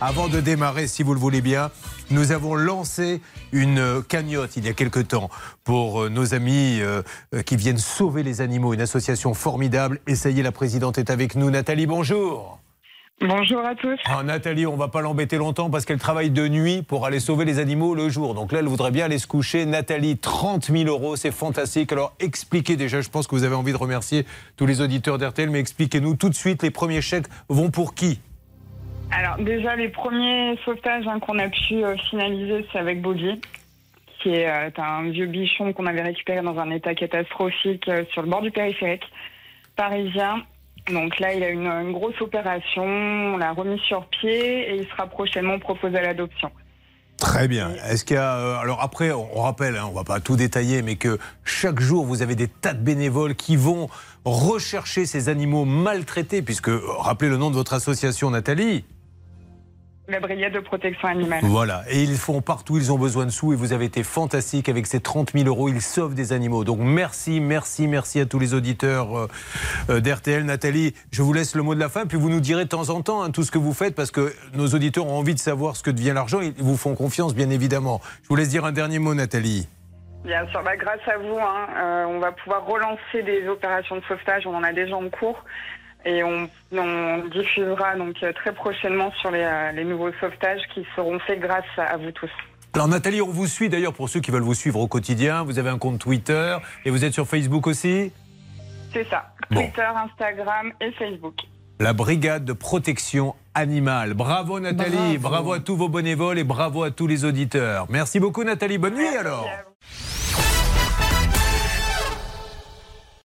Avant de démarrer, si vous le voulez bien, nous avons lancé une cagnotte il y a quelque temps pour nos amis qui viennent sauver les animaux. Une association formidable. Et ça y est, la présidente est avec nous. Nathalie, bonjour. Bonjour à tous. Alors Nathalie, on ne va pas l'embêter longtemps parce qu'elle travaille de nuit pour aller sauver les animaux le jour. Donc là, elle voudrait bien aller se coucher. Nathalie, 30 000 €, c'est fantastique. Alors expliquez déjà, je pense que vous avez envie de remercier tous les auditeurs d'RTL, mais expliquez-nous tout de suite, les premiers chèques vont pour qui ? Alors déjà, les premiers sauvetages qu'on a pu finaliser, c'est avec Bobby, qui est un vieux bichon qu'on avait récupéré dans un état catastrophique sur le bord du périphérique parisien. Donc là, il a une grosse opération, on l'a remis sur pied et il sera prochainement proposé à l'adoption. Très bien. Est-ce qu'il y a... Alors après, on rappelle, on ne va pas tout détailler, mais que chaque jour, vous avez des tas de bénévoles qui vont rechercher ces animaux maltraités, puisque, rappelez le nom de votre association, Nathalie. La Brigade de protection animale. Voilà, et ils font partout, ils ont besoin de sous et vous avez été fantastique avec ces 30 000 €, ils sauvent des animaux. Donc merci à tous les auditeurs d'RTL. Nathalie, je vous laisse le mot de la fin, puis vous nous direz de temps en temps tout ce que vous faites, parce que nos auditeurs ont envie de savoir ce que devient l'argent, ils vous font confiance bien évidemment. Je vous laisse dire un dernier mot, Nathalie. Bien sûr, grâce à vous, on va pouvoir relancer des opérations de sauvetage, on en a déjà en cours. Et on diffusera donc très prochainement sur les nouveaux sauvetages qui seront faits grâce à vous tous. Alors Nathalie, on vous suit d'ailleurs pour ceux qui veulent vous suivre au quotidien. Vous avez un compte Twitter et vous êtes sur Facebook aussi ? C'est ça, Twitter, Instagram et Facebook. La Brigade de protection animale. Bravo Nathalie, bravo à tous vos bénévoles et bravo à tous les auditeurs. Merci beaucoup Nathalie, bonne nuit alors.